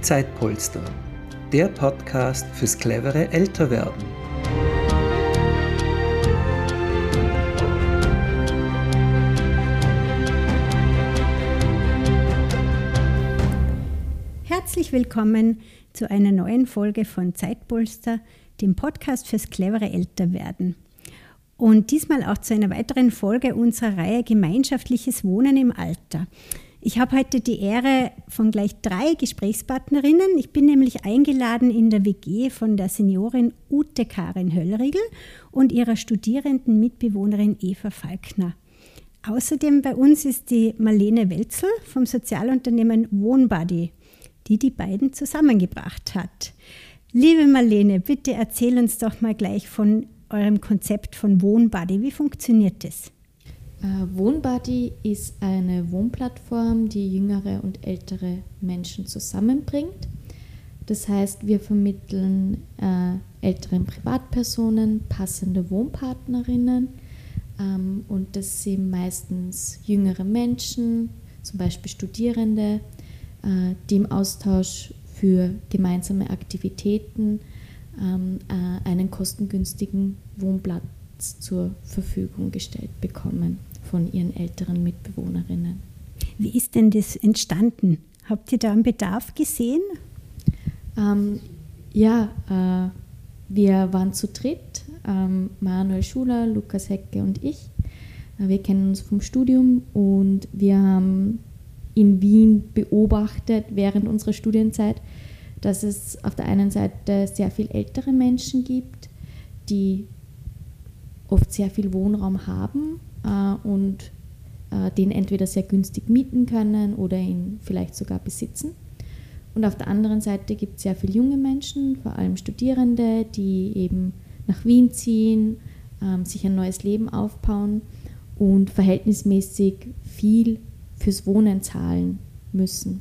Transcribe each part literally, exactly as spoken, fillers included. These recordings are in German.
Zeitpolster, der Podcast fürs clevere Älterwerden. Herzlich willkommen zu einer neuen Folge von Zeitpolster, dem Podcast fürs clevere Älterwerden. Und diesmal auch zu einer weiteren Folge unserer Reihe Gemeinschaftliches Wohnen im Alter. Ich habe heute die Ehre von gleich drei Gesprächspartnerinnen. Ich bin nämlich eingeladen in der W G von der Seniorin Ute Karin Höllriegel und ihrer studierenden Mitbewohnerin Eva Falkner. Außerdem bei uns ist die Marlene Welzel vom Sozialunternehmen Wohnbuddy, die die beiden zusammengebracht hat. Liebe Marlene, bitte erzähl uns doch mal gleich von eurem Konzept von Wohnbuddy. Wie funktioniert das? Wohnbuddy ist eine Wohnplattform, die jüngere und ältere Menschen zusammenbringt. Das heißt, wir vermitteln äh, älteren Privatpersonen passende Wohnpartnerinnen ähm, und das sind meistens jüngere Menschen, zum Beispiel Studierende, äh, die im Austausch für gemeinsame Aktivitäten ähm, äh, einen kostengünstigen Wohnplatz zur Verfügung gestellt bekommen von ihren älteren Mitbewohnerinnen. Wie ist denn das entstanden? Habt ihr da einen Bedarf gesehen? Ähm, ja, äh, wir waren zu dritt, ähm, Manuel Schuler, Lukas Hecke und ich. Äh, wir kennen uns vom Studium und wir haben in Wien beobachtet während unserer Studienzeit, dass es auf der einen Seite sehr viel ältere Menschen gibt, die oft sehr viel Wohnraum haben äh, und äh, den entweder sehr günstig mieten können oder ihn vielleicht sogar besitzen. Und auf der anderen Seite gibt es sehr viele junge Menschen, vor allem Studierende, die eben nach Wien ziehen, äh, sich ein neues Leben aufbauen und verhältnismäßig viel fürs Wohnen zahlen müssen.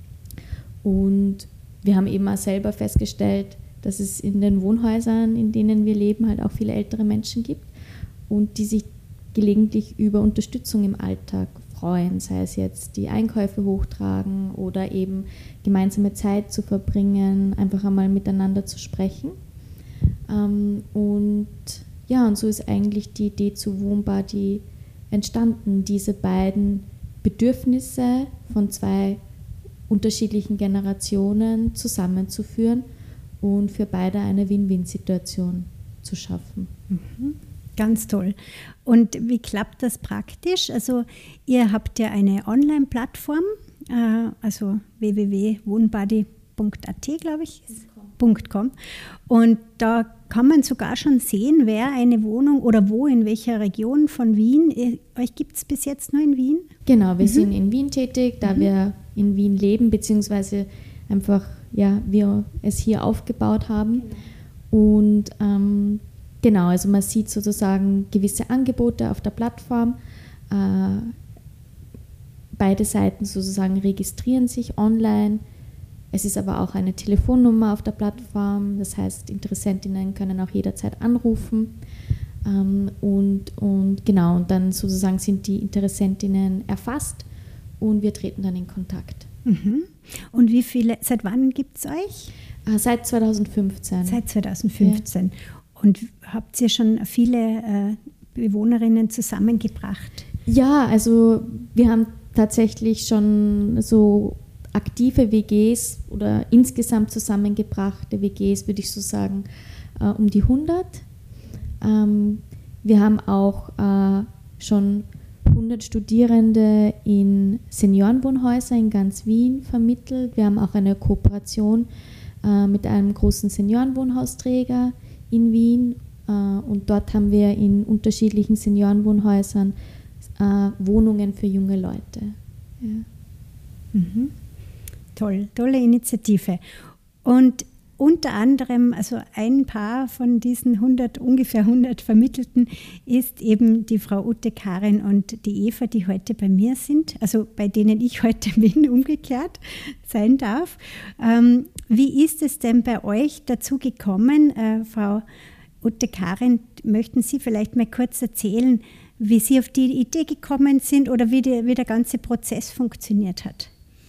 Und wir haben eben auch selber festgestellt, dass es in den Wohnhäusern, in denen wir leben, halt auch viele ältere Menschen gibt und die sich gelegentlich über Unterstützung im Alltag freuen, sei es jetzt die Einkäufe hochtragen oder eben gemeinsame Zeit zu verbringen, einfach einmal miteinander zu sprechen. Und ja, und so ist eigentlich die Idee zu Wohnbuddy entstanden, diese beiden Bedürfnisse von zwei unterschiedlichen Generationen zusammenzuführen und für beide eine Win-Win-Situation zu schaffen. Mhm. Ganz toll. Und wie klappt das praktisch? Also ihr habt ja eine Online-Plattform, äh, also w w w punkt wohnbuddy punkt a t, glaube ich, .com. Und da kann man sogar schon sehen, wer eine Wohnung oder wo, in welcher Region von Wien. Euch gibt es bis jetzt nur in Wien? Genau, wir mhm. sind in Wien tätig, da mhm. wir in Wien leben, beziehungsweise einfach, ja, wir es hier aufgebaut haben. Genau. Und ähm, genau, also man sieht sozusagen gewisse Angebote auf der Plattform. Äh, beide Seiten sozusagen registrieren sich online. Es ist aber auch eine Telefonnummer auf der Plattform, das heißt, Interessentinnen können auch jederzeit anrufen. Ähm, und, und genau, und dann sozusagen sind die Interessentinnen erfasst und wir treten dann in Kontakt. Mhm. Und wie viele, seit wann gibt es euch? Äh, seit zweitausendfünfzehn. Seit zweitausendfünfzehn. Ja. Und habt ihr schon viele äh, Bewohnerinnen zusammengebracht? Ja, also wir haben tatsächlich schon so aktive W Gs oder insgesamt zusammengebrachte W Gs, würde ich so sagen, äh, um die hundert. Ähm, wir haben auch äh, schon hundert Studierende in Seniorenwohnhäuser in ganz Wien vermittelt. Wir haben auch eine Kooperation äh, mit einem großen Seniorenwohnhausträger in Wien äh, und dort haben wir in unterschiedlichen Seniorenwohnhäusern äh, Wohnungen für junge Leute. Ja. Mhm. Toll, tolle Initiative. Und unter anderem, also ein Paar von diesen hundert, ungefähr hundert Vermittelten ist eben die Frau Ute Karin und die Eva, die heute bei mir sind, also bei denen ich heute bin, umgekehrt sein darf. Ähm, wie ist es denn bei euch dazu gekommen, äh, Frau Ute Karin, möchten Sie vielleicht mal kurz erzählen, wie Sie auf die Idee gekommen sind oder wie, die, wie der ganze Prozess funktioniert hat?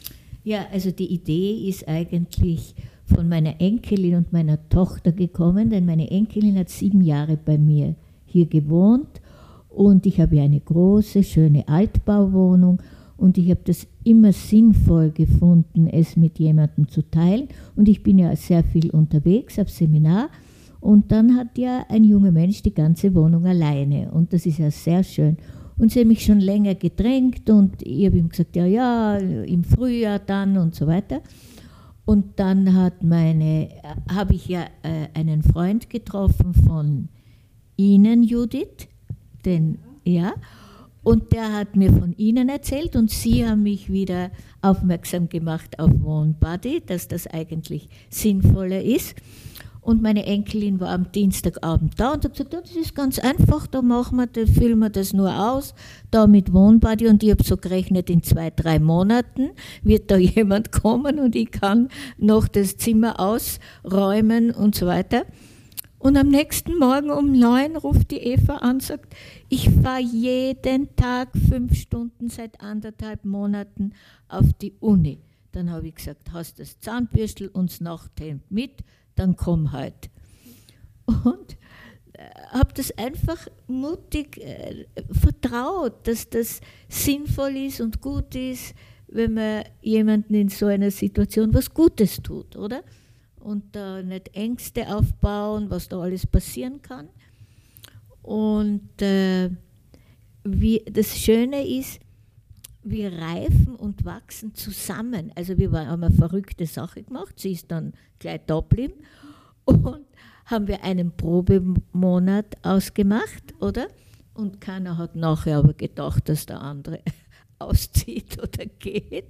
Ja, also die Idee ist eigentlich von meiner Enkelin und meiner Tochter gekommen, denn meine Enkelin hat sieben Jahre bei mir hier gewohnt und ich habe ja eine große, schöne Altbauwohnung und ich habe das immer sinnvoll gefunden, es mit jemandem zu teilen und ich bin ja sehr viel unterwegs auf Seminar und dann hat ja ein junger Mensch die ganze Wohnung alleine und das ist ja sehr schön. Und sie haben mich schon länger gedrängt und ich habe ihm gesagt, ja, ja, im Frühjahr dann und so weiter. Und dann hat meine, habe ich ja äh, einen Freund getroffen von Ihnen, Judith, den, ja, und der hat mir von Ihnen erzählt und Sie haben mich wieder aufmerksam gemacht auf Wohnbody, dass das eigentlich sinnvoller ist. Und meine Enkelin war am Dienstagabend da und hat gesagt, oh, das ist ganz einfach, da machen wir, da füllen wir das nur aus, da mit Wohnbody. Und ich habe so gerechnet, in zwei, drei Monaten wird da jemand kommen und ich kann noch das Zimmer ausräumen und so weiter. Und am nächsten Morgen um neun ruft die Eva an und sagt, ich fahre jeden Tag fünf Stunden seit anderthalb Monaten auf die Uni. Dann habe ich gesagt, hast das Zahnbürstel und das Nachthemd mit? Dann komm halt. Und äh, habe das einfach mutig äh, vertraut, dass das sinnvoll ist und gut ist, wenn man jemandem in so einer Situation was Gutes tut, oder? Und da äh, nicht Ängste aufbauen, was da alles passieren kann. Und äh, wie, das Schöne ist, wir reifen und wachsen zusammen. Also wir haben eine verrückte Sache gemacht, sie ist dann gleich da geblieben und haben wir einen Probemonat ausgemacht, oder? Und keiner hat nachher aber gedacht, dass der andere auszieht oder geht.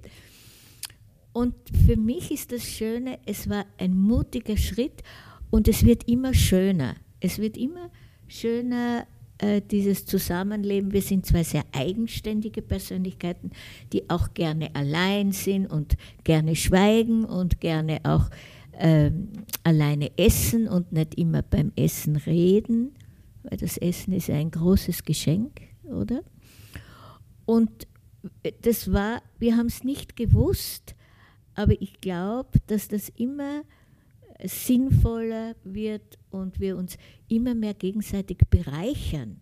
Und für mich ist das Schöne, es war ein mutiger Schritt und es wird immer schöner. Es wird immer schöner, dieses Zusammenleben. Wir sind zwei sehr eigenständige Persönlichkeiten, die auch gerne allein sind und gerne schweigen und gerne auch ähm, alleine essen und nicht immer beim Essen reden, weil das Essen ist ja ein großes Geschenk, oder? Und das war, wir haben es nicht gewusst, aber ich glaube, dass das immer sinnvoller wird und wir uns immer mehr gegenseitig bereichern.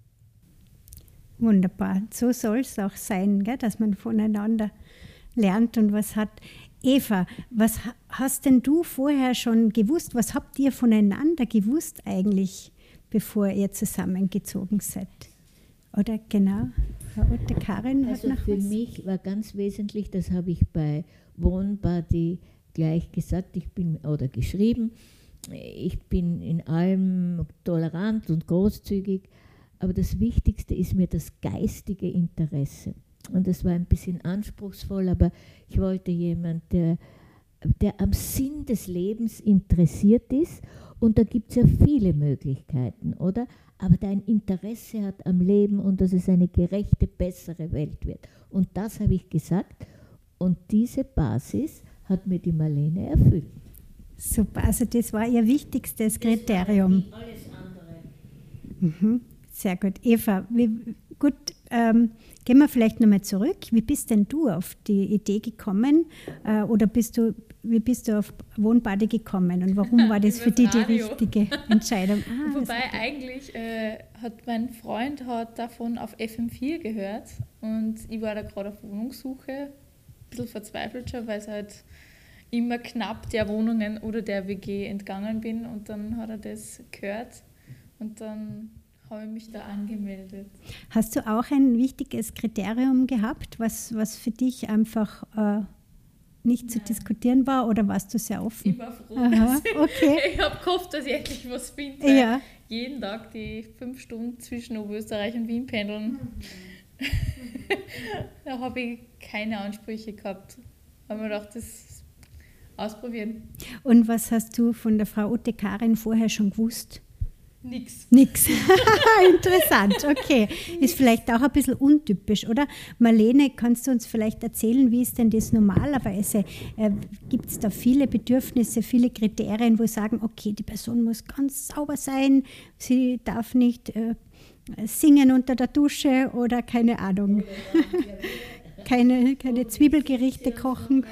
Wunderbar, so soll es auch sein, gell? Dass man voneinander lernt und was hat. Eva, was hast denn du vorher schon gewusst? Was habt ihr voneinander gewusst eigentlich, bevor ihr zusammengezogen seid? Oder genau, Frau Ottekarin hat also noch für was? mich war ganz wesentlich, das habe ich bei Wohnbody gleich gesagt, ich bin, oder geschrieben, ich bin in allem tolerant und großzügig, aber das Wichtigste ist mir das geistige Interesse. Und das war ein bisschen anspruchsvoll, aber ich wollte jemanden, der, der am Sinn des Lebens interessiert ist. Und da gibt es ja viele Möglichkeiten, oder? Aber der ein Interesse hat am Leben und dass es eine gerechte, bessere Welt wird. Und das habe ich gesagt. Und diese Basis hat mir die Marlene erfüllt. Super, also das war ihr wichtigstes Kriterium. Das war alles andere. Mhm, sehr gut. Eva, wie, gut, ähm, gehen wir vielleicht nochmal zurück. Wie bist denn du auf die Idee gekommen äh, oder bist du, wie bist du auf Wohnbody gekommen und warum war das für dich die richtige Entscheidung? Ah, Wobei eigentlich äh, hat mein Freund hat davon auf F M vier gehört und ich war da gerade auf Wohnungssuche, ein bisschen verzweifelt schon, weil es halt immer knapp der Wohnungen oder der W G entgangen bin und dann hat er das gehört und dann habe ich mich da angemeldet. Hast du auch ein wichtiges Kriterium gehabt, was, was für dich einfach äh, nicht Nein. zu diskutieren war oder warst du sehr offen? Ich war froh. Aha, okay. Ich habe gehofft, dass ich endlich was finde. Ja. Jeden Tag die fünf Stunden zwischen Oberösterreich und Wien pendeln. Mhm. Da habe ich keine Ansprüche gehabt. Da habe mir gedacht, das ausprobieren. Und was hast du von der Frau Ottekarin vorher schon gewusst? Nix. Nix. Interessant, okay. Ist vielleicht auch ein bisschen untypisch, oder? Marlene, kannst du uns vielleicht erzählen, wie ist denn das normalerweise? Äh, Gibt es da viele Bedürfnisse, viele Kriterien, wo sagen, okay, die Person muss ganz sauber sein, sie darf nicht äh, singen unter der Dusche oder keine Ahnung. keine, keine Zwiebelgerichte kochen.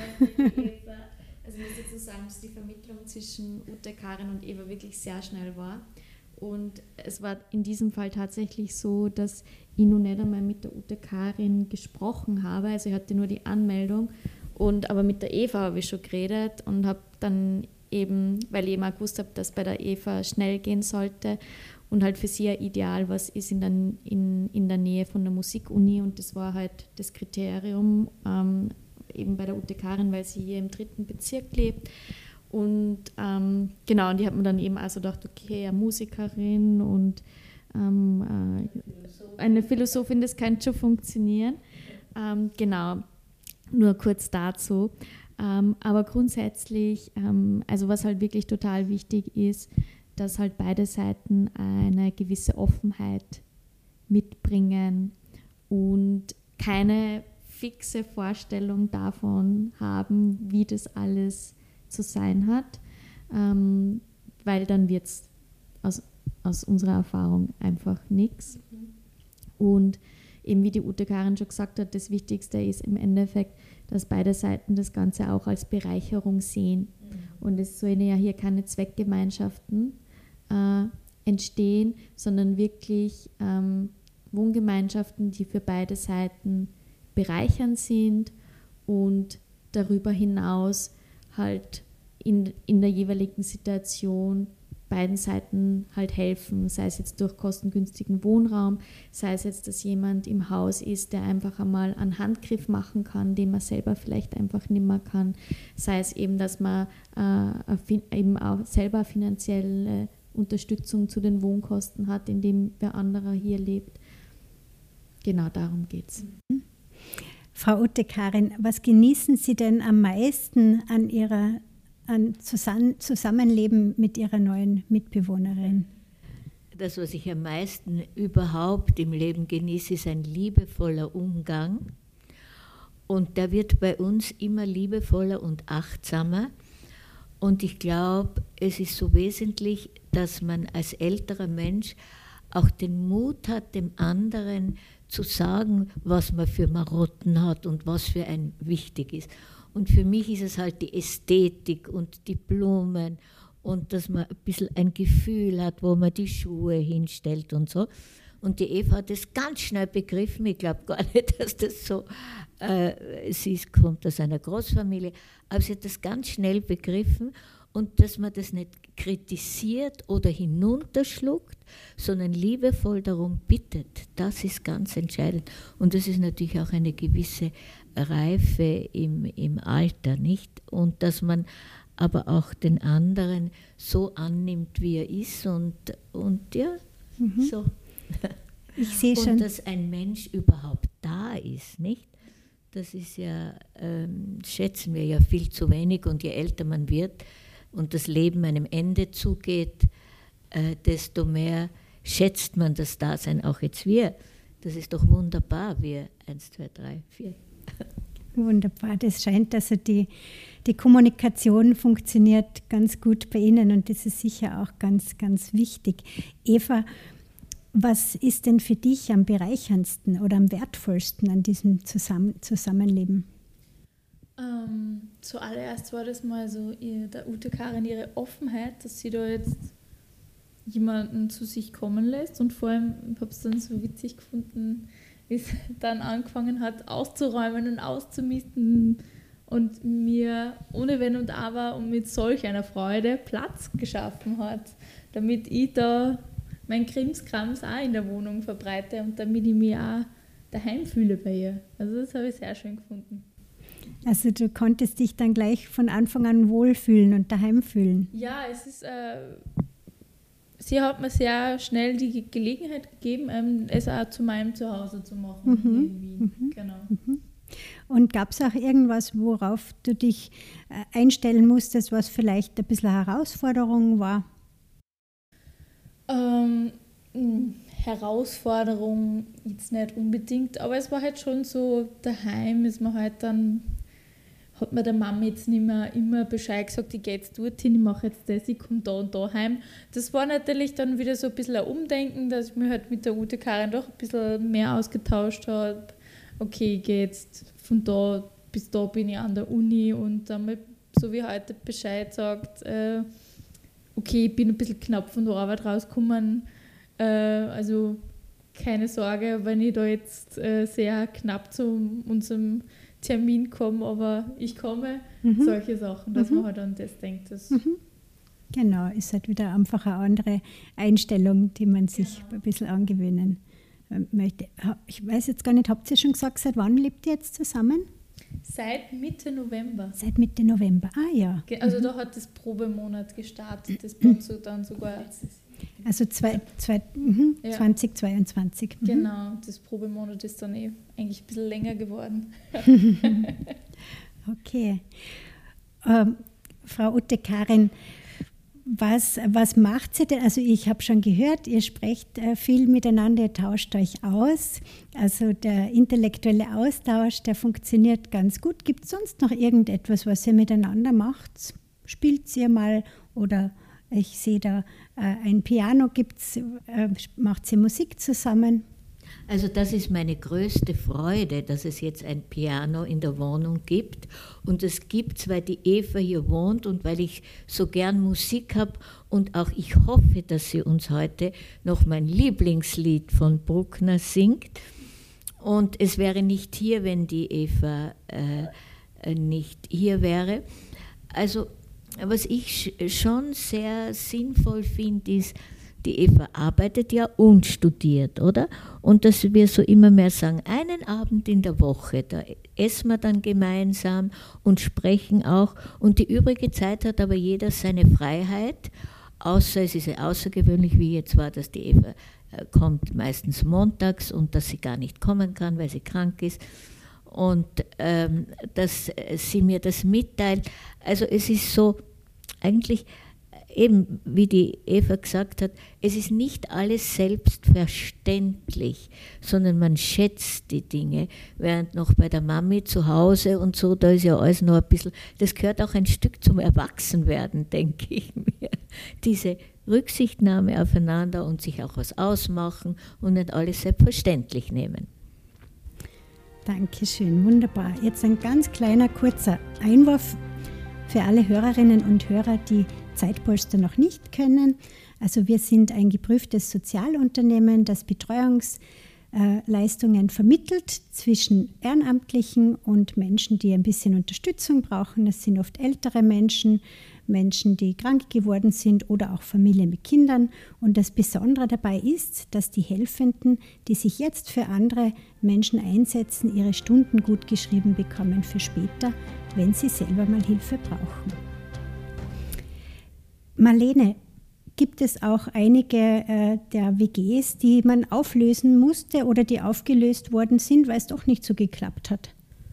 Also ich muss dazu sagen, dass die Vermittlung zwischen Ute, Karin und Eva wirklich sehr schnell war. Und es war in diesem Fall tatsächlich so, dass ich noch nicht einmal mit der Ute Karin gesprochen habe. Also ich hatte nur die Anmeldung. Und, aber mit der Eva habe ich schon geredet und habe dann eben, weil ich eben auch gewusst habe, dass bei der Eva schnell gehen sollte und halt für sie ein Ideal, was ist in der, in, in der Nähe von der Musikuni. Und das war halt das Kriterium, ähm, eben bei der Ute Karin, weil sie hier im dritten Bezirk lebt. Und ähm, genau, und die hat mir dann eben also gedacht, okay, eine Musikerin und ähm, äh, eine Philosophin, das kann schon funktionieren. Ähm, genau, nur kurz dazu. Ähm, aber grundsätzlich, ähm, also was halt wirklich total wichtig ist, dass halt beide Seiten eine gewisse Offenheit mitbringen und keine fixe Vorstellung davon haben, wie das alles zu sein hat, ähm, weil dann wird es aus, aus unserer Erfahrung einfach nichts. Mhm. Und eben wie die Ute Karin schon gesagt hat, das Wichtigste ist im Endeffekt, dass beide Seiten das Ganze auch als Bereicherung sehen. Mhm. Und es sollen ja hier keine Zweckgemeinschaften äh, entstehen, sondern wirklich ähm, Wohngemeinschaften, die für beide Seiten bereichernd sind und darüber hinaus halt in, in der jeweiligen Situation beiden Seiten halt helfen, sei es jetzt durch kostengünstigen Wohnraum, sei es jetzt, dass jemand im Haus ist, der einfach einmal einen Handgriff machen kann, den man selber vielleicht einfach nicht mehr kann, sei es eben, dass man äh, eben auch selber finanzielle Unterstützung zu den Wohnkosten hat, indem wer anderer hier lebt. Genau darum geht es. Mhm. Frau Ute Karin, was genießen Sie denn am meisten an Ihrer an Zusammenleben mit Ihrer neuen Mitbewohnerin? Das, was ich am meisten überhaupt im Leben genieße, ist ein liebevoller Umgang. Und der wird bei uns immer liebevoller und achtsamer. Und ich glaube, es ist so wesentlich, dass man als älterer Mensch auch den Mut hat, dem anderen zu sagen, was man für Marotten hat und was für ein wichtig ist. Und für mich ist es halt die Ästhetik und die Blumen und dass man ein bisschen ein Gefühl hat, wo man die Schuhe hinstellt und so. Und die Eva hat das ganz schnell begriffen. Ich glaube gar nicht, dass das so, äh, sie kommt aus einer Großfamilie, aber sie hat das ganz schnell begriffen und dass man das nicht kritisiert oder hinunterschluckt, sondern liebevoll darum bittet. Das ist ganz entscheidend. Und das ist natürlich auch eine gewisse Reife im, im Alter, nicht? Und dass man aber auch den anderen so annimmt, wie er ist und, und ja, mhm. so. Ich sehe schon. Und dass ein Mensch überhaupt da ist, nicht? Das ist ja, ähm, schätzen wir ja viel zu wenig und je älter man wird und das Leben einem Ende zugeht, äh, desto mehr schätzt man das Dasein, auch jetzt wir. Das ist doch wunderbar, wir, eins, zwei, drei, vier. Wunderbar, das scheint, also die, die Kommunikation funktioniert ganz gut bei Ihnen und das ist sicher auch ganz, ganz wichtig. Eva, was ist denn für dich am bereicherndsten oder am wertvollsten an diesem Zusammen- Zusammenleben? Ähm, zuallererst war das mal so ihr, der Ute Karin ihre Offenheit, dass sie da jetzt jemanden zu sich kommen lässt und vor allem, ich habe es dann so witzig gefunden, wie es dann angefangen hat auszuräumen und auszumisten und mir ohne Wenn und Aber und mit solch einer Freude Platz geschaffen hat, damit ich da mein Krimskrams auch in der Wohnung verbreite und damit ich mich auch daheim fühle bei ihr. Also das habe ich sehr schön gefunden. Also du konntest dich dann gleich von Anfang an wohlfühlen und daheim fühlen? Ja, es ist, äh, sie hat mir sehr schnell die Gelegenheit gegeben, ähm, es auch zu meinem Zuhause zu machen, mhm. hier in Wien. Mhm. Genau. Mhm. Und gab es auch irgendwas, worauf du dich äh, einstellen musstest, was vielleicht ein bisschen eine Herausforderung war? Ähm, Herausforderung jetzt nicht unbedingt, aber es war halt schon so, daheim ist man halt dann, hat mir der Mama jetzt nicht mehr immer Bescheid gesagt, ich gehe jetzt dorthin, ich mache jetzt das, ich komme da und da heim. Das war natürlich dann wieder so ein bisschen ein Umdenken, dass ich mich halt mit der Ute Karin doch ein bisschen mehr ausgetauscht habe, okay, ich gehe jetzt von da bis da bin ich an der Uni und dann mal, so wie heute Bescheid sagt, äh, okay, ich bin ein bisschen knapp von der Arbeit rausgekommen, äh, also keine Sorge, wenn ich da jetzt äh, sehr knapp zu unserem Termin komme, aber ich komme, mhm. solche Sachen, dass mhm. man halt an das denkt. Das mhm. Genau, ist halt wieder einfach eine andere Einstellung, die man sich genau. ein bisschen angewöhnen möchte. Ich weiß jetzt gar nicht, habt ihr schon gesagt, seit wann lebt ihr jetzt zusammen? Seit Mitte November. Seit Mitte November, ah ja. Also mhm. da hat das Probemonat gestartet, das dann, so, dann sogar... Also zwei, zwei, mhm, ja. zwanzig zweiundzwanzig. Mhm. Genau, das Probemonat ist dann eh eigentlich ein bisschen länger geworden. Okay. Ähm, Frau Ute-Karin, was, was macht sie denn? Also ich habe schon gehört, ihr sprecht äh, viel miteinander, ihr tauscht euch aus. Also der intellektuelle Austausch, der funktioniert ganz gut. Gibt es sonst noch irgendetwas, was ihr miteinander macht? Spielt ihr mal oder ich sehe da äh, ein Piano, gibt's, äh, macht sie Musik zusammen? Also das ist meine größte Freude, dass es jetzt ein Piano in der Wohnung gibt. Und es gibt es, weil die Eva hier wohnt und weil ich so gern Musik habe. Und auch ich hoffe, dass sie uns heute noch mein Lieblingslied von Bruckner singt. Und es wäre nicht hier, wenn die Eva äh, nicht hier wäre. Also was ich schon sehr sinnvoll finde, ist, die Eva arbeitet ja und studiert, oder? Und dass wir so immer mehr sagen, einen Abend in der Woche, da essen wir dann gemeinsam und sprechen auch. Und die übrige Zeit hat aber jeder seine Freiheit, außer es ist ja außergewöhnlich, wie jetzt war, dass die Eva äh, kommt meistens montags und dass sie gar nicht kommen kann, weil sie krank ist. Und ähm, dass sie mir das mitteilt. Also es ist so, eigentlich eben, wie die Eva gesagt hat, es ist nicht alles selbstverständlich, sondern man schätzt die Dinge, während noch bei der Mami zu Hause und so, da ist ja alles noch ein bisschen, das gehört auch ein Stück zum Erwachsenwerden, denke ich mir. Diese Rücksichtnahme aufeinander und sich auch was ausmachen und nicht alles selbstverständlich nehmen. Dankeschön, wunderbar. Jetzt ein ganz kleiner, kurzer Einwurf für alle Hörerinnen und Hörer, die Zeitpolster noch nicht kennen. Also wir sind ein geprüftes Sozialunternehmen, das Betreuungsleistungen vermittelt zwischen Ehrenamtlichen und Menschen, die ein bisschen Unterstützung brauchen. Das sind oft ältere Menschen, Menschen, die krank geworden sind oder auch Familien mit Kindern. Und das Besondere dabei ist, dass die Helfenden, die sich jetzt für andere Menschen einsetzen, ihre Stunden gut geschrieben bekommen für später, wenn sie selber mal Hilfe brauchen. Marlene, gibt es auch einige äh, der W Gs, die man auflösen musste oder die aufgelöst worden sind, weil es doch nicht so geklappt hat?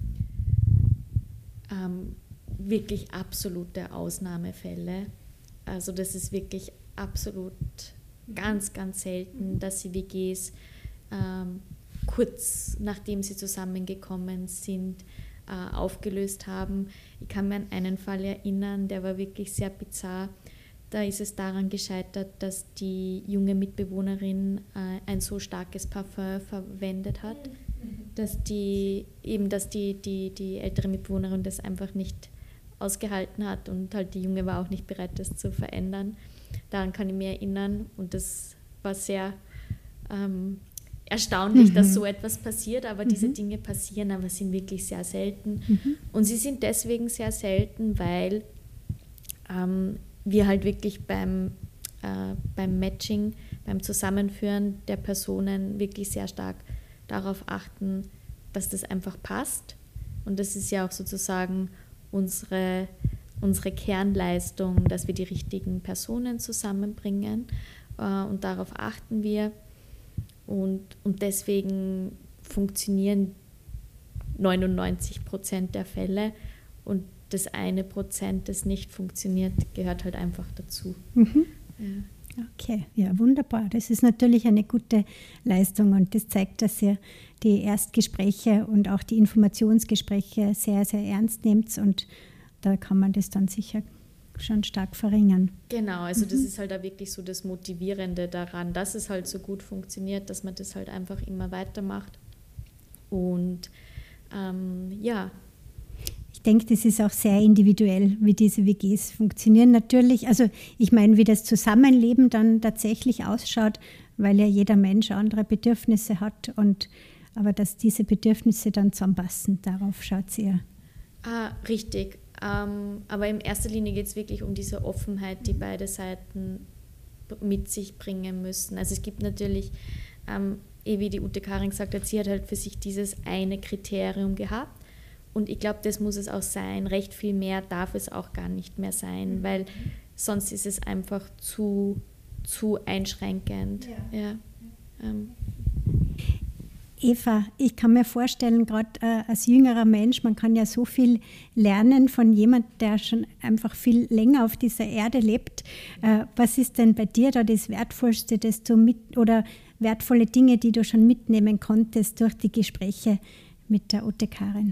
Ähm, wirklich absolute Ausnahmefälle. Also das ist wirklich absolut ganz, ganz selten, dass die W Gs ähm, kurz nachdem sie zusammengekommen sind, äh, aufgelöst haben. Ich kann mir an einen Fall erinnern, der war wirklich sehr bizarr. Da ist es daran gescheitert, dass die junge Mitbewohnerin äh, ein so starkes Parfum verwendet hat, dass die eben, dass die, die, die ältere Mitbewohnerin das einfach nicht ausgehalten hat und halt die Junge war auch nicht bereit, das zu verändern. Daran kann ich mich erinnern und das war sehr ähm, erstaunlich, mhm. dass so etwas passiert, aber mhm. diese Dinge passieren, aber sind wirklich sehr selten. Mhm. Und sie sind deswegen sehr selten, weil ähm, wir halt wirklich beim, äh, beim Matching, beim Zusammenführen der Personen wirklich sehr stark darauf achten, dass das einfach passt. Und das ist ja auch sozusagen unsere, unsere Kernleistung, dass wir die richtigen Personen zusammenbringen. Äh, und darauf achten wir. Und, und deswegen funktionieren neunundneunzig Prozent der Fälle und das eine Prozent, das nicht funktioniert, gehört halt einfach dazu. Mhm. Ja. Okay, ja, wunderbar. Das ist natürlich eine gute Leistung und das zeigt, dass ihr die Erstgespräche und auch die Informationsgespräche sehr, sehr ernst nehmt und da kann man das dann sicher schon stark verringern. Genau, also mhm. das ist halt auch wirklich so das Motivierende daran, dass es halt so gut funktioniert, dass man das halt einfach immer weitermacht Und ähm, ja. Ich denke, das ist auch sehr individuell, wie diese W Gs funktionieren. Natürlich, also ich meine, wie das Zusammenleben dann tatsächlich ausschaut, weil ja jeder Mensch andere Bedürfnisse hat. Und, aber dass diese Bedürfnisse dann zusammenpassen, darauf schaut sie ja. Ah, richtig. Ähm, aber in erster Linie geht es wirklich um diese Offenheit, die beide Seiten mit sich bringen müssen. Also es gibt natürlich, ähm, eh wie die Ute Karin gesagt hat, sie hat halt für sich dieses eine Kriterium gehabt und ich glaube, das muss es auch sein. Recht viel mehr darf es auch gar nicht mehr sein, weil sonst ist es einfach zu, zu einschränkend. Ja. Ja. Ähm. Eva, ich kann mir vorstellen, gerade äh, als jüngerer Mensch, man kann ja so viel lernen von jemandem, der schon einfach viel länger auf dieser Erde lebt. Äh, was ist denn bei dir da das Wertvollste, das du mit, oder wertvolle Dinge, die du schon mitnehmen konntest durch die Gespräche mit der Ute Karin?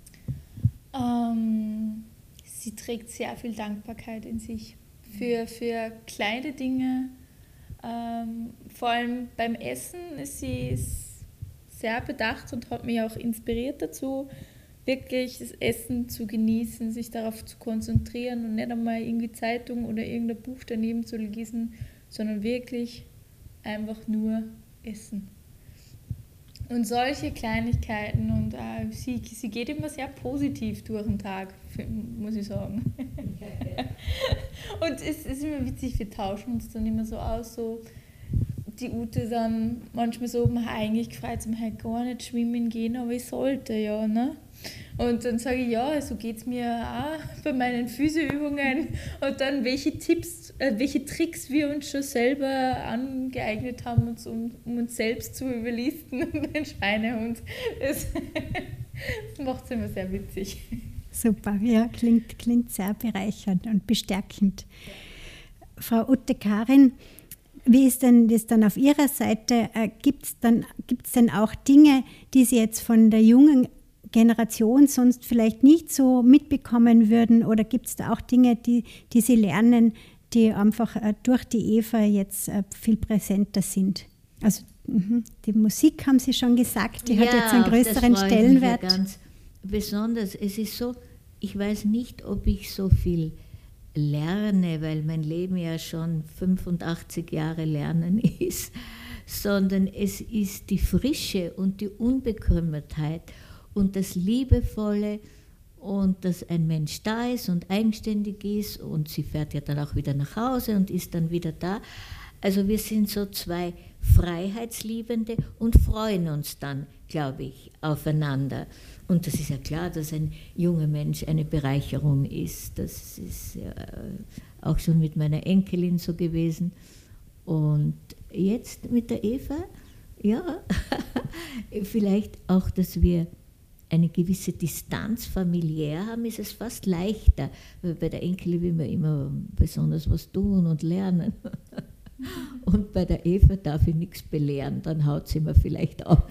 Ähm, sie trägt sehr viel Dankbarkeit in sich für, für kleine Dinge. Ähm, vor allem beim Essen ist sie sehr bedacht und hat mich auch inspiriert dazu, wirklich das Essen zu genießen, sich darauf zu konzentrieren und nicht einmal irgendwie Zeitung oder irgendein Buch daneben zu lesen, sondern wirklich einfach nur essen. Und solche Kleinigkeiten und äh, sie, sie geht immer sehr positiv durch den Tag, muss ich sagen. Und es ist immer witzig, wir tauschen uns dann immer so aus, so die Ute dann manchmal so, man hat eigentlich gefreut, man hat gar nicht schwimmen gehen, aber ich sollte ja, ne? Und dann sage ich, ja, so geht es mir auch bei meinen Physioübungen. Und dann, welche Tipps, äh, welche Tricks wir uns schon selber angeeignet haben, uns, um, um uns selbst zu überlisten, den Schweinehund. Das, das macht es immer sehr witzig. Super, ja, klingt, klingt sehr bereichernd und bestärkend. Frau Ute Karin, wie ist denn das dann auf Ihrer Seite? Äh, gibt es dann, gibt's denn auch Dinge, die Sie jetzt von der jungen Generation sonst vielleicht nicht so mitbekommen würden? Oder gibt es da auch Dinge, die, die Sie lernen, die einfach äh, durch die Eva jetzt äh, viel präsenter sind? Also mh, die Musik haben Sie schon gesagt, die ja, hat jetzt einen größeren das Stellenwert. Mich ja ganz besonders. Es ist so, ich weiß nicht, ob ich so viel lerne, weil mein Leben ja schon fünfundachtzig Jahre Lernen ist, sondern es ist die Frische und die Unbekümmertheit und das Liebevolle und dass ein Mensch da ist und eigenständig ist und sie fährt ja dann auch wieder nach Hause und ist dann wieder da. Also wir sind so zwei Freiheitsliebende und freuen uns dann, glaube ich, aufeinander. Und das ist ja klar, dass ein junger Mensch eine Bereicherung ist. Das ist ja auch schon mit meiner Enkelin so gewesen. Und jetzt mit der Eva, ja, vielleicht auch, dass wir eine gewisse Distanz familiär haben, ist es fast leichter. Weil bei der Enkelin will man immer besonders was tun und lernen. Und bei der Eva darf ich nichts belehren, dann haut sie mir vielleicht ab.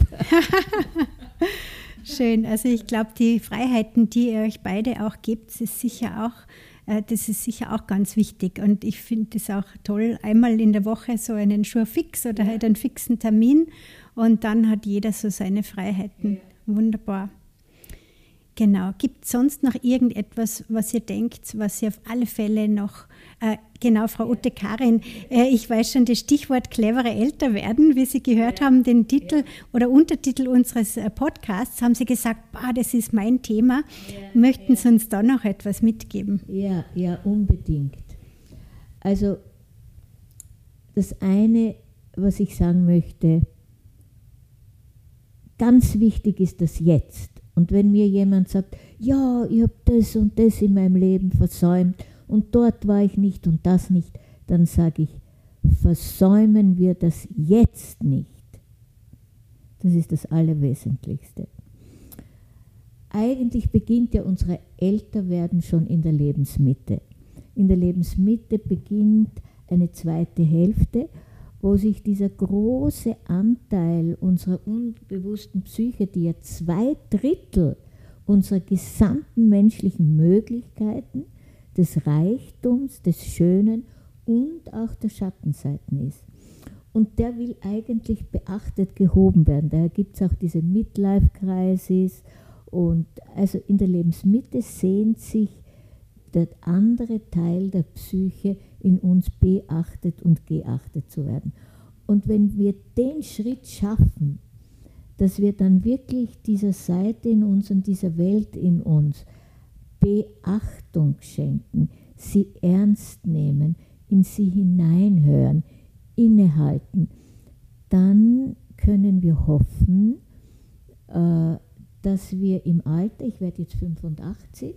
Schön, also ich glaube, die Freiheiten, die ihr euch beide auch gebt, ist sicher auch, äh, das ist sicher auch ganz wichtig. Und ich finde es auch toll, einmal in der Woche so einen Schurfix oder ja. halt einen fixen Termin und dann hat jeder so seine Freiheiten. Ja. Wunderbar. Genau. Gibt es sonst noch irgendetwas, was ihr denkt, was ihr auf alle Fälle noch, äh, genau, Frau Ute Karin, äh, ich weiß schon das Stichwort clevere älter werden, wie Sie gehört ja. haben, den Titel ja. oder Untertitel unseres äh, Podcasts, haben Sie gesagt, boah, das ist mein Thema. Ja. Möchten Sie ja. uns da noch etwas mitgeben? Ja, ja, unbedingt. Also das eine, was ich sagen möchte, ganz wichtig ist das Jetzt. Und wenn mir jemand sagt, ja, ich habe das und das in meinem Leben versäumt und dort war ich nicht und das nicht, dann sage ich, versäumen wir das jetzt nicht. Das ist das Allerwesentlichste. Eigentlich beginnt ja unser Älterwerden schon in der Lebensmitte. In der Lebensmitte beginnt eine zweite Hälfte, wo sich dieser große Anteil unserer unbewussten Psyche, die ja zwei Drittel unserer gesamten menschlichen Möglichkeiten, des Reichtums, des Schönen und auch der Schattenseiten ist. und der will eigentlich beachtet gehoben werden. Daher gibt es auch diese Midlife-Crisis und also in der Lebensmitte sehnt sich der andere Teil der Psyche in uns beachtet und geachtet zu werden. Und wenn wir den Schritt schaffen, dass wir dann wirklich dieser Seite in uns und dieser Welt in uns Beachtung schenken, sie ernst nehmen, in sie hineinhören, innehalten, dann können wir hoffen, äh, dass wir im Alter, ich werde jetzt fünfundachtzig,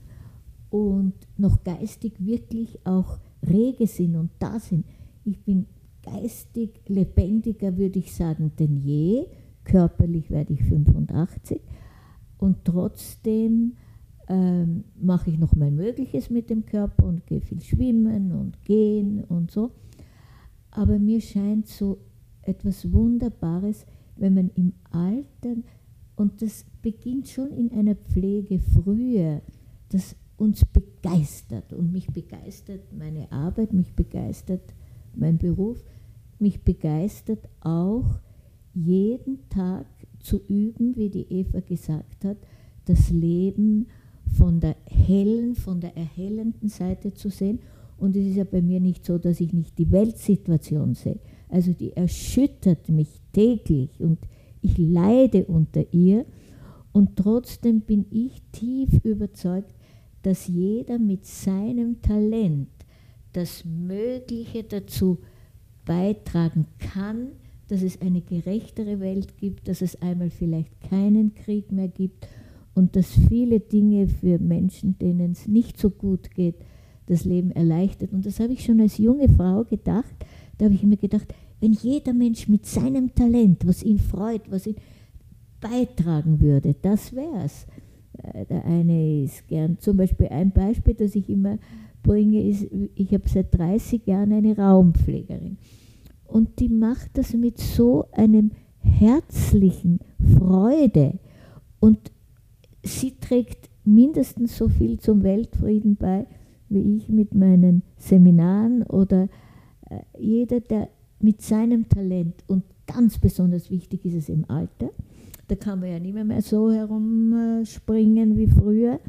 und noch geistig wirklich auch rege sind und da sind. Ich bin geistig lebendiger, würde ich sagen, denn je. Körperlich werde ich fünfundachtzig und trotzdem ähm, mache ich noch mein Mögliches mit dem Körper und gehe viel schwimmen und gehen und so. Aber mir scheint so etwas Wunderbares, wenn man im Alter, und das beginnt schon in einer Pflege früher, das uns begeistert und mich begeistert meine Arbeit, mich begeistert mein Beruf, mich begeistert auch jeden Tag zu üben, wie die Eva gesagt hat, das Leben von der hellen, von der erhellenden Seite zu sehen. Und es ist ja bei mir nicht so, dass ich nicht die Weltsituation sehe. Also die erschüttert mich täglich und ich leide unter ihr. Und trotzdem bin ich tief überzeugt, dass jeder mit seinem Talent das Mögliche dazu beitragen kann, dass es eine gerechtere Welt gibt, dass es einmal vielleicht keinen Krieg mehr gibt und dass viele Dinge für Menschen, denen es nicht so gut geht, das Leben erleichtert. Und das habe ich schon als junge Frau gedacht. Da habe ich mir gedacht, wenn jeder Mensch mit seinem Talent, was ihn freut, was ihn beitragen würde, das wäre es. Der eine ist gern, zum Beispiel ein Beispiel, das ich immer bringe, ist, ich habe seit dreißig Jahren eine Raumpflegerin. Und die macht das mit so einem herzlichen Freude. Und sie trägt mindestens so viel zum Weltfrieden bei, wie ich mit meinen Seminaren oder äh, jeder, der mit seinem Talent, und ganz besonders wichtig ist es im Alter, da kann man ja nicht mehr, mehr so herumspringen wie früher.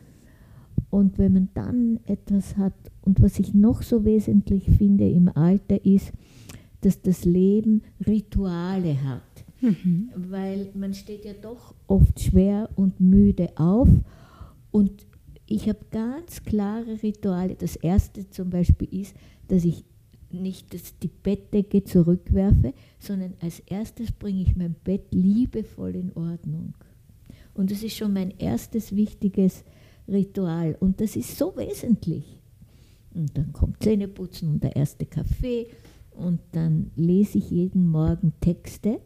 Und wenn man dann etwas hat, und was ich noch so wesentlich finde im Alter ist, dass das Leben Rituale hat. Mhm. Weil man steht ja doch oft schwer und müde auf. Und ich habe ganz klare Rituale. Das erste zum Beispiel ist, dass ich nicht das, die Bettdecke zurückwerfe, sondern als erstes bringe ich mein Bett liebevoll in Ordnung. Und das ist schon mein erstes wichtiges Ritual. Und das ist so wesentlich. Und dann kommt Zähneputzen und der erste Kaffee. Und dann lese ich jeden Morgen Texte.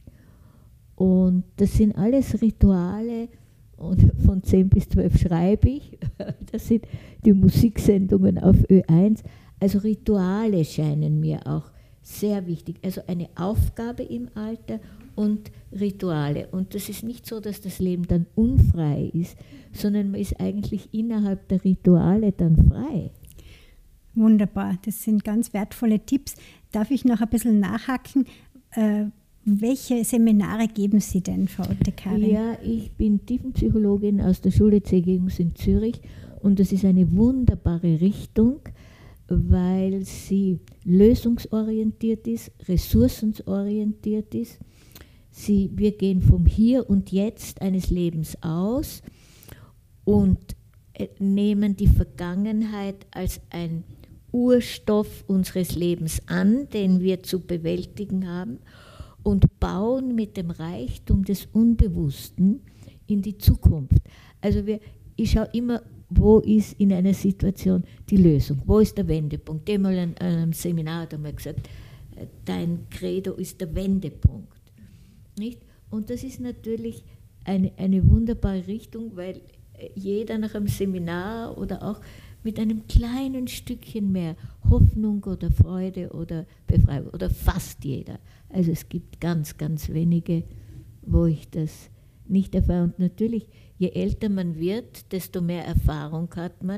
Und das sind alles Rituale. Und von zehn bis zwölf schreibe ich. Das sind die Musiksendungen auf Ö eins. Also Rituale scheinen mir auch sehr wichtig. Also eine Aufgabe im Alter und Rituale. Und das ist nicht so, dass das Leben dann unfrei ist, sondern man ist eigentlich innerhalb der Rituale dann frei. Wunderbar, das sind ganz wertvolle Tipps. Darf ich noch ein bisschen nachhaken? Äh, welche Seminare geben Sie denn, Frau Ottekarin? Ja, ich bin Tiefenpsychologin aus der Schule C G Jungs in Zürich und das ist eine wunderbare Richtung, weil sie lösungsorientiert ist, ressourcenorientiert ist. Sie, wir gehen vom Hier und Jetzt eines Lebens aus und nehmen die Vergangenheit als ein Urstoff unseres Lebens an, den wir zu bewältigen haben, und bauen mit dem Reichtum des Unbewussten in die Zukunft. Also wir, ich schaue immer, wo ist in einer Situation die Lösung, wo ist der Wendepunkt. Einmal an einem Seminar hat er mal gesagt, dein Credo ist der Wendepunkt. Nicht? Und das ist natürlich eine, eine wunderbare Richtung, weil jeder nach einem Seminar oder auch mit einem kleinen Stückchen mehr Hoffnung oder Freude oder Befreiung, oder fast jeder. Also es gibt ganz, ganz wenige, wo ich das nicht erfahre. Und natürlich, je älter man wird, desto mehr Erfahrung hat man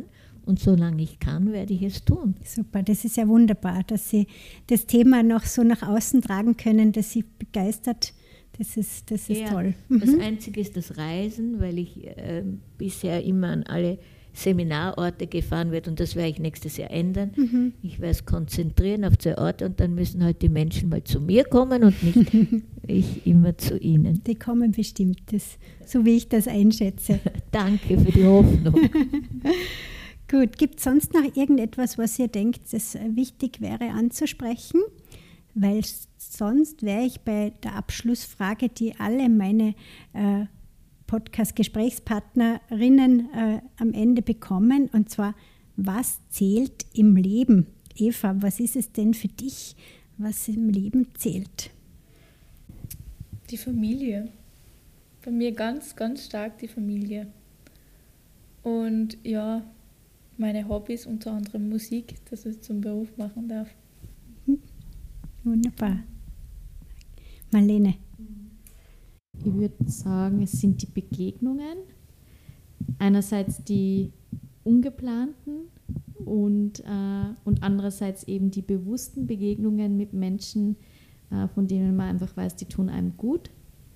Und solange ich kann, werde ich es tun. Super, das ist ja wunderbar, dass Sie das Thema noch so nach außen tragen können, dass Sie begeistert. Das ist, das ist ja, toll. Das Mhm. Einzige ist das Reisen, weil ich äh, bisher immer an alle Seminarorte gefahren werde und das werde ich nächstes Jahr ändern. Mhm. Ich werde es konzentrieren auf zwei Orte und dann müssen halt die Menschen mal zu mir kommen und nicht ich immer zu ihnen. Die kommen bestimmt, das, so wie ich das einschätze. Danke für die Hoffnung. Gut, gibt es sonst noch irgendetwas, was ihr denkt, das wichtig wäre anzusprechen? Weil sonst wäre ich bei der Abschlussfrage, die alle meine äh, Podcast-Gesprächspartnerinnen äh, am Ende bekommen, und zwar, was zählt im Leben? Eva, was ist es denn für dich, was im Leben zählt? Die Familie. Bei mir ganz, ganz stark die Familie. Und ja, meine Hobbys, unter anderem Musik, dass ich zum Beruf machen darf. Wunderbar. Marlene. Ich würde sagen, es sind die Begegnungen. Einerseits die ungeplanten und, äh, und andererseits eben die bewussten Begegnungen mit Menschen, äh, von denen man einfach weiß, die tun einem gut.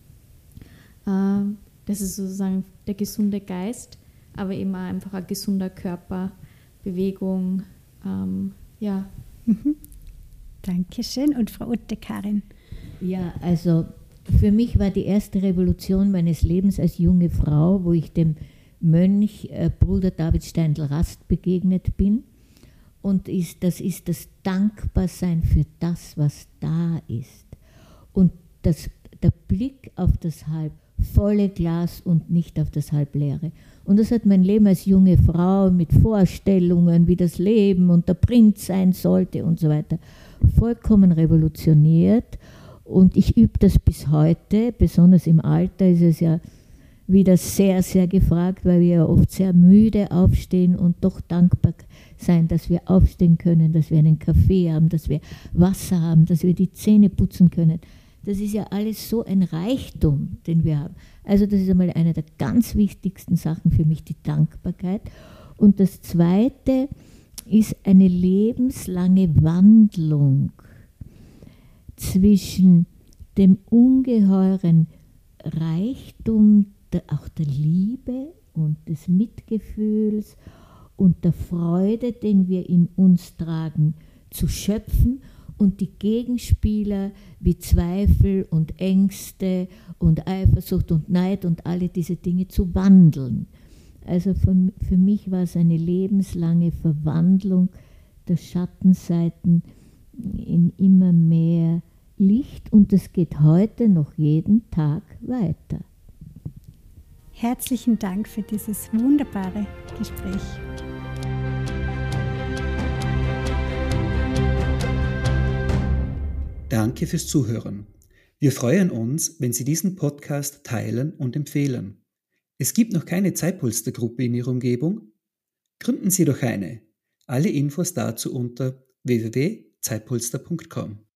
Äh, das ist sozusagen der gesunde Geist, aber eben auch einfach ein gesunder Körper, Bewegung, ähm, ja. Mhm. Dankeschön. Und Frau Ute Karin. Ja, also für mich war die erste Revolution meines Lebens als junge Frau, wo ich dem Mönch äh, Bruder David Steindl-Rast begegnet bin. Und ist, das ist das Dankbarsein für das, was da ist. Und das, der Blick auf das halb volle Glas und nicht auf das halbleere. Und das hat mein Leben als junge Frau mit Vorstellungen, wie das Leben und der Prinz sein sollte und so weiter, vollkommen revolutioniert. Und ich übe das bis heute, besonders im Alter ist es ja wieder sehr, sehr gefragt, weil wir ja oft sehr müde aufstehen und doch dankbar sein, dass wir aufstehen können, dass wir einen Kaffee haben, dass wir Wasser haben, dass wir die Zähne putzen können. Das ist ja alles so ein Reichtum, den wir haben. Also das ist einmal eine der ganz wichtigsten Sachen für mich, die Dankbarkeit. Und das Zweite ist eine lebenslange Wandlung zwischen dem ungeheuren Reichtum, der, auch der Liebe und des Mitgefühls und der Freude, den wir in uns tragen, zu schöpfen und die Gegenspieler wie Zweifel und Ängste und Eifersucht und Neid und alle diese Dinge zu wandeln. Also für, für mich war es eine lebenslange Verwandlung der Schattenseiten in immer mehr Licht und es geht heute noch jeden Tag weiter. Herzlichen Dank für dieses wunderbare Gespräch. Danke fürs Zuhören. Wir freuen uns, wenn Sie diesen Podcast teilen und empfehlen. Es gibt noch keine Zeitpolster-Gruppe in Ihrer Umgebung? Gründen Sie doch eine. Alle Infos dazu unter w w w punkt zeitpolster punkt com.